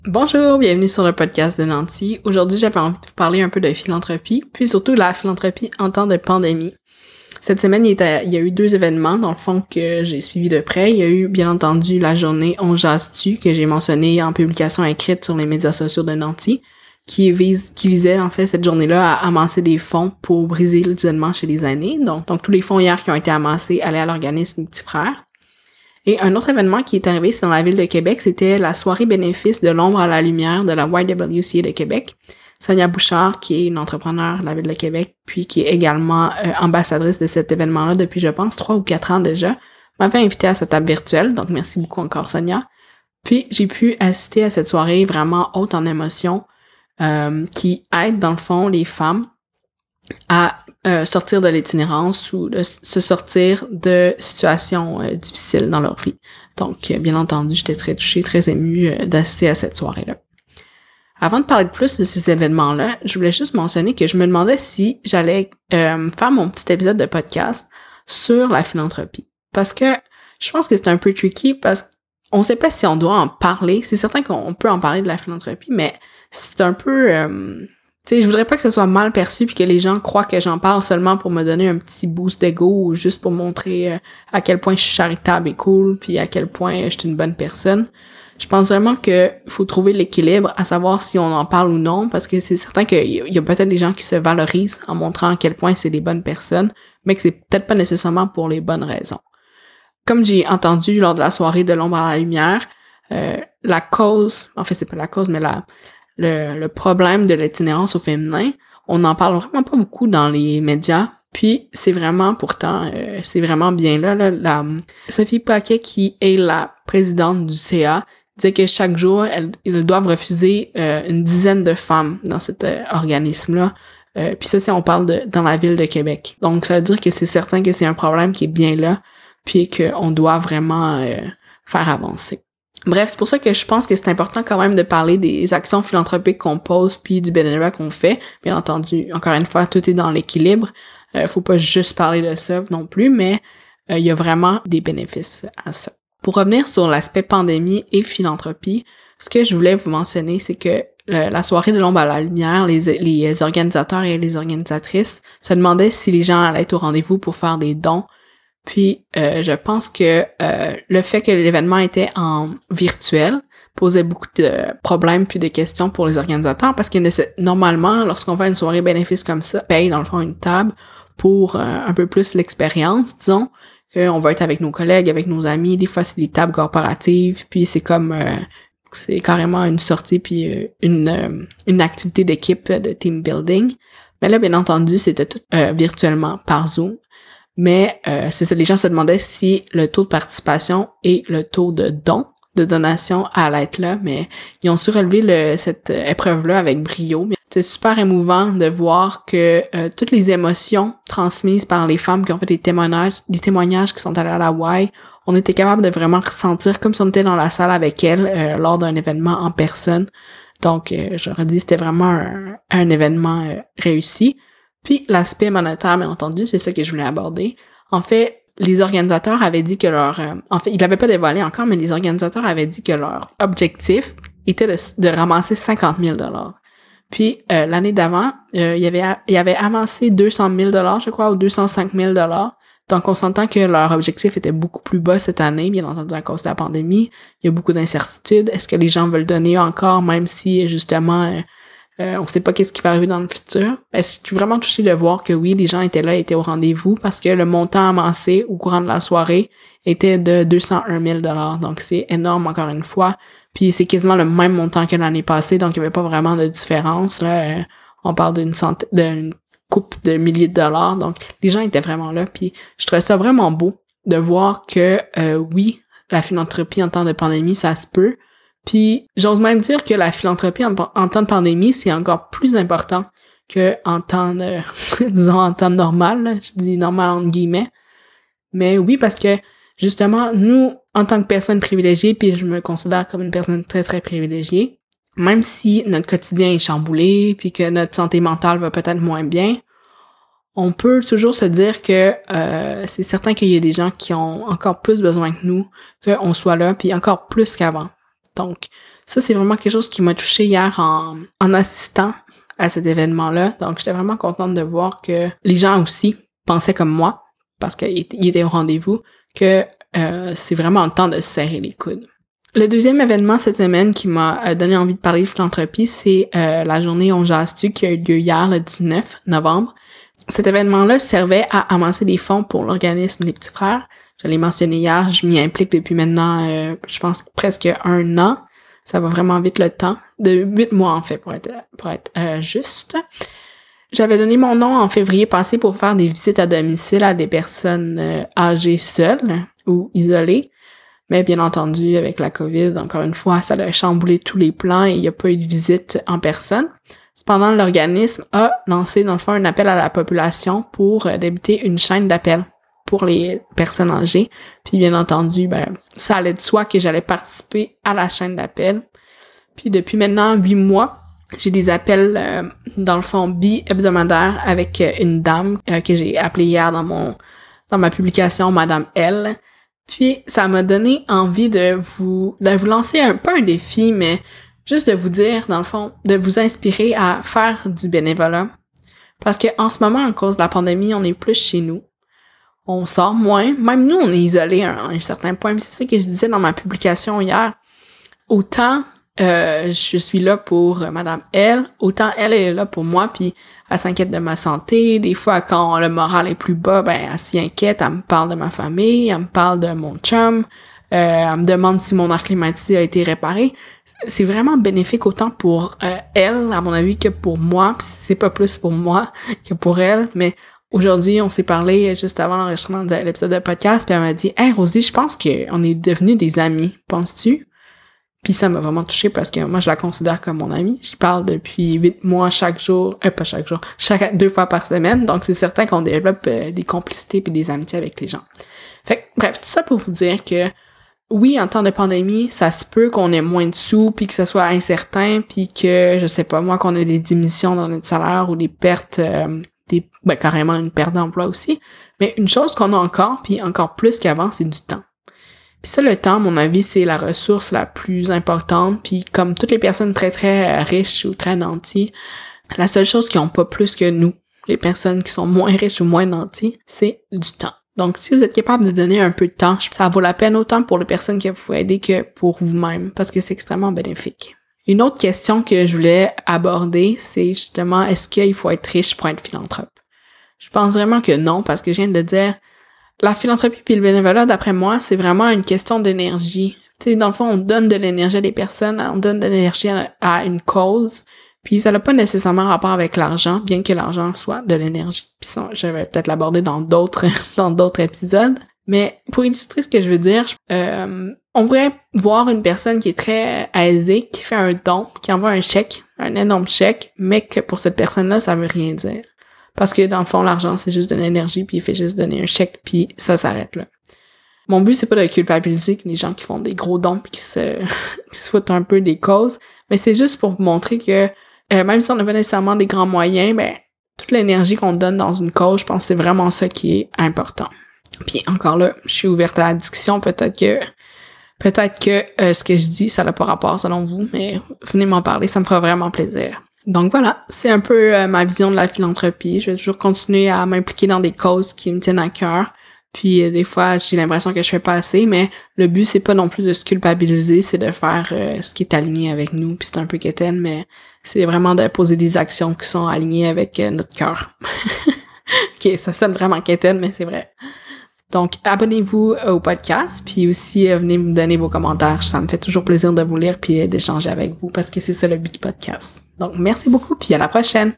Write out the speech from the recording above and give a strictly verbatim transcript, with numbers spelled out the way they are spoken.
Bonjour, bienvenue sur le podcast de Nancy. Aujourd'hui, j'avais envie de vous parler un peu de philanthropie, puis surtout de la philanthropie en temps de pandémie. Cette semaine, il, était, il y a eu deux événements, dans le fond, que j'ai suivis de près. Il y a eu, bien entendu, la journée On jase-tu, que j'ai mentionnée en publication écrite sur les médias sociaux de Nancy, qui vise, qui visait, en fait, cette journée-là à amasser des fonds pour briser l'isolement chez les aînés. Donc, donc, tous les fonds hier qui ont été amassés allaient à l'organisme Petit Frère. Et un autre événement qui est arrivé, c'est dans la ville de Québec, c'était la soirée bénéfice de l'ombre à la lumière de la Y W C A de Québec. Sonia Bouchard, qui est une entrepreneure de la ville de Québec, puis qui est également euh, ambassadrice de cet événement-là depuis, je pense, trois ou quatre ans déjà, m'avait invitée à sa table virtuelle, donc merci beaucoup encore Sonia. Puis j'ai pu assister à cette soirée vraiment haute en émotions, euh, qui aide dans le fond les femmes à Euh, sortir de l'itinérance ou de se sortir de situations euh, difficiles dans leur vie. Donc, euh, bien entendu, j'étais très touchée, très émue euh, d'assister à cette soirée-là. Avant de parler plus de ces événements-là, je voulais juste mentionner que je me demandais si j'allais euh, faire mon petit épisode de podcast sur la philanthropie. Parce que je pense que c'est un peu tricky parce qu'on sait pas si on doit en parler. C'est certain qu'on peut en parler de la philanthropie, mais c'est un peu... Euh, Tu sais, je voudrais pas que ce soit mal perçu puis que les gens croient que j'en parle seulement pour me donner un petit boost d'ego ou juste pour montrer euh, à quel point je suis charitable et cool puis à quel point je suis une bonne personne. Je pense vraiment que faut trouver l'équilibre à savoir si on en parle ou non parce que c'est certain qu'il y a peut-être des gens qui se valorisent en montrant à quel point c'est des bonnes personnes, mais que c'est peut-être pas nécessairement pour les bonnes raisons. Comme j'ai entendu lors de la soirée de l'ombre à la lumière, euh, la cause, en fait c'est pas la cause, mais la Le, le problème de l'itinérance au féminin, on n'en parle vraiment pas beaucoup dans les médias, puis c'est vraiment, pourtant, euh, c'est vraiment bien là, là la, Sophie Paquet, qui est la présidente du C A, disait que chaque jour, elles, ils doivent refuser euh, une dizaine de femmes dans cet euh, organisme-là, euh, puis ça, c'est on parle de dans la ville de Québec. Donc, ça veut dire que c'est certain que c'est un problème qui est bien là, puis qu'on doit vraiment euh, faire avancer. Bref, c'est pour ça que je pense que c'est important quand même de parler des actions philanthropiques qu'on pose puis du bénévolat qu'on fait. Bien entendu, encore une fois, tout est dans l'équilibre. Euh, faut pas juste parler de ça non plus, mais il euh, y a vraiment des bénéfices à ça. Pour revenir sur l'aspect pandémie et philanthropie, ce que je voulais vous mentionner, c'est que euh, la soirée de l'ombre à la lumière, les, les organisateurs et les organisatrices se demandaient si les gens allaient être au rendez-vous pour faire des dons. Puis, euh, je pense que euh, le fait que l'événement était en virtuel posait beaucoup de problèmes puis de questions pour les organisateurs parce que normalement, lorsqu'on fait une soirée bénéfice comme ça, paye dans le fond une table pour euh, un peu plus l'expérience, disons, qu'on va être avec nos collègues, avec nos amis, des fois c'est des tables corporatives, puis c'est comme... Euh, c'est carrément une sortie puis euh, une, euh, une activité d'équipe de team building. Mais là, bien entendu, c'était tout euh, virtuellement par Zoom. Mais euh, c'est ça, les gens se demandaient si le taux de participation et le taux de don, de donation allait être là, mais ils ont su relever le, cette épreuve-là avec brio. C'était super émouvant de voir que euh, toutes les émotions transmises par les femmes qui ont fait des témoignages, des témoignages qui sont allés à la Y, on était capable de vraiment ressentir comme si on était dans la salle avec elles euh, lors d'un événement en personne. Donc, euh, j'aurais dit c'était vraiment un, un événement euh, réussi. Puis, l'aspect monétaire, bien entendu, c'est ça que je voulais aborder. En fait, les organisateurs avaient dit que leur... Euh, en fait, ils l'avaient pas dévoilé encore, mais les organisateurs avaient dit que leur objectif était de, de ramasser cinquante mille dollars. Puis, euh, l'année d'avant, euh, il y avait il y avait avancé deux cent mille dollars, je crois, ou deux cent cinq mille dollars. Donc, on s'entend que leur objectif était beaucoup plus bas cette année, bien entendu, à cause de la pandémie. Il y a beaucoup d'incertitudes. Est-ce que les gens veulent donner encore, même si, justement... Euh, Euh, on sait pas qu'est-ce qui va arriver dans le futur. Ben, je suis vraiment touchée de voir que oui, les gens étaient là, étaient au rendez-vous parce que le montant amassé au courant de la soirée était de deux cent un mille dollars. Donc, c'est énorme encore une fois. Puis, c'est quasiment le même montant que l'année passée. Donc, il y avait pas vraiment de différence. Là, euh, on parle d'une centaine, d'une coupe de milliers de dollars. Donc, les gens étaient vraiment là. Puis, je trouvais ça vraiment beau de voir que euh, oui, la philanthropie en temps de pandémie, ça se peut. Puis, j'ose même dire que la philanthropie en, en temps de pandémie, c'est encore plus important que en temps de, disons, en temps normal, là. Je dis normal entre guillemets. Mais oui, parce que, justement, nous, en tant que personnes privilégiées, puis je me considère comme une personne très, très privilégiée, même si notre quotidien est chamboulé, puis que notre santé mentale va peut-être moins bien, on peut toujours se dire que euh, c'est certain qu'il y a des gens qui ont encore plus besoin que nous, qu'on soit là, puis encore plus qu'avant. Donc, Ça, c'est vraiment quelque chose qui m'a touchée hier en, en assistant à cet événement-là. Donc, j'étais vraiment contente de voir que les gens aussi pensaient comme moi, parce qu'ils étaient au rendez-vous, que euh, c'est vraiment le temps de se serrer les coudes. Le deuxième événement cette semaine qui m'a donné envie de parler de philanthropie, c'est euh, la journée On Jase-tu qui a eu lieu hier, le dix-neuf novembre. Cet événement-là servait à amasser des fonds pour l'organisme Les Petits Frères. Je l'ai mentionné hier, je m'y implique depuis maintenant, euh, je pense, presque un an. Ça va vraiment vite le temps. De huit mois, en fait, pour être, pour être euh, juste. J'avais donné mon nom en février passé pour faire des visites à domicile à des personnes euh, âgées seules ou isolées. Mais bien entendu, avec la COVID, encore une fois, ça a chamboulé tous les plans et il n'y a pas eu de visite en personne. Cependant, l'organisme a lancé, dans le fond, un appel à la population pour euh, débuter une chaîne d'appel pour les personnes âgées. Puis bien entendu, ben ça allait de soi que j'allais participer à la chaîne d'appel. Puis depuis maintenant huit mois, j'ai des appels euh, dans le fond bi-hebdomadaires avec euh, une dame euh, que j'ai appelée hier dans mon dans ma publication Madame L. Puis ça m'a donné envie de vous de vous lancer un peu un défi, mais juste de vous dire dans le fond, de vous inspirer à faire du bénévolat. Parce que en ce moment, à cause de la pandémie, on est plus chez nous. On sort moins. Même nous, on est isolés à un, un certain point. Mais c'est ça que je disais dans ma publication hier. Autant euh, je suis là pour euh, Madame L, autant elle, elle est là pour moi, puis elle s'inquiète de ma santé. Des fois, quand le moral est plus bas, ben elle s'y inquiète, elle me parle de ma famille, elle me parle de mon chum, euh, elle me demande si mon air climatisé a été réparé. C'est vraiment bénéfique autant pour euh, elle, à mon avis, que pour moi. Puis c'est pas plus pour moi que pour elle, mais aujourd'hui, on s'est parlé juste avant l'enregistrement de l'épisode de podcast, puis elle m'a dit « Hey Rosie, je pense qu'on est devenus des amis, penses-tu? » Puis ça m'a vraiment touchée parce que moi, je la considère comme mon amie. J'y parle depuis huit mois chaque jour, euh, pas chaque jour, chaque deux fois par semaine. Donc c'est certain qu'on développe euh, des complicités puis des amitiés avec les gens. Fait que, bref, tout ça pour vous dire que oui, en temps de pandémie, ça se peut qu'on ait moins de sous, puis que ça soit incertain, puis que, je sais pas moi, qu'on ait des diminutions dans notre salaire ou des pertes... Euh, Des, ben, carrément une perte d'emploi aussi. Mais une chose qu'on a encore, puis encore plus qu'avant, c'est du temps. Puis ça, le temps, à mon avis, c'est la ressource la plus importante. Puis comme toutes les personnes très, très riches ou très nanties, la seule chose qu'ils n'ont pas plus que nous, les personnes qui sont moins riches ou moins nanties, c'est du temps. Donc, si vous êtes capable de donner un peu de temps, ça vaut la peine autant pour les personnes que vous pouvez aider que pour vous-même, parce que c'est extrêmement bénéfique. Une autre question que je voulais aborder, c'est justement, est-ce qu'il faut être riche pour être philanthrope? Je pense vraiment que non, parce que je viens de le dire, la philanthropie puis le bénévolat, d'après moi, c'est vraiment une question d'énergie. Tu sais, dans le fond, on donne de l'énergie à des personnes, on donne de l'énergie à, à une cause, puis ça n'a pas nécessairement rapport avec l'argent, bien que l'argent soit de l'énergie. Puis ça, je vais peut-être l'aborder dans d'autres dans d'autres épisodes. Mais pour illustrer ce que je veux dire, euh, on pourrait voir une personne qui est très aisée, qui fait un don, qui envoie un chèque, un énorme chèque, mais que pour cette personne-là, ça veut rien dire. Parce que dans le fond, l'argent, c'est juste de l'énergie, puis il fait juste donner un chèque, puis ça s'arrête là. Mon but, c'est pas de culpabiliser les gens qui font des gros dons puis qui se, qui se foutent un peu des causes, mais c'est juste pour vous montrer que euh, même si on n'a pas nécessairement des grands moyens, ben toute l'énergie qu'on donne dans une cause, je pense que c'est vraiment ça qui est important. Puis encore là, je suis ouverte à la discussion, peut-être que peut-être que euh, ce que je dis, ça n'a pas rapport selon vous, mais venez m'en parler, ça me fera vraiment plaisir. Donc voilà, c'est un peu euh, ma vision de la philanthropie. Je vais toujours continuer à m'impliquer dans des causes qui me tiennent à cœur. Puis euh, des fois, j'ai l'impression que je fais pas assez, mais le but, c'est pas non plus de se culpabiliser, c'est de faire euh, ce qui est aligné avec nous. Puis c'est un peu quétaine, mais c'est vraiment de poser des actions qui sont alignées avec euh, notre cœur. Ok, ça sonne vraiment quétaine, mais c'est vrai. Donc, abonnez-vous au podcast, puis aussi euh, venez me donner vos commentaires. Ça me fait toujours plaisir de vous lire puis d'échanger avec vous parce que c'est ça le but du podcast. Donc, merci beaucoup, puis à la prochaine!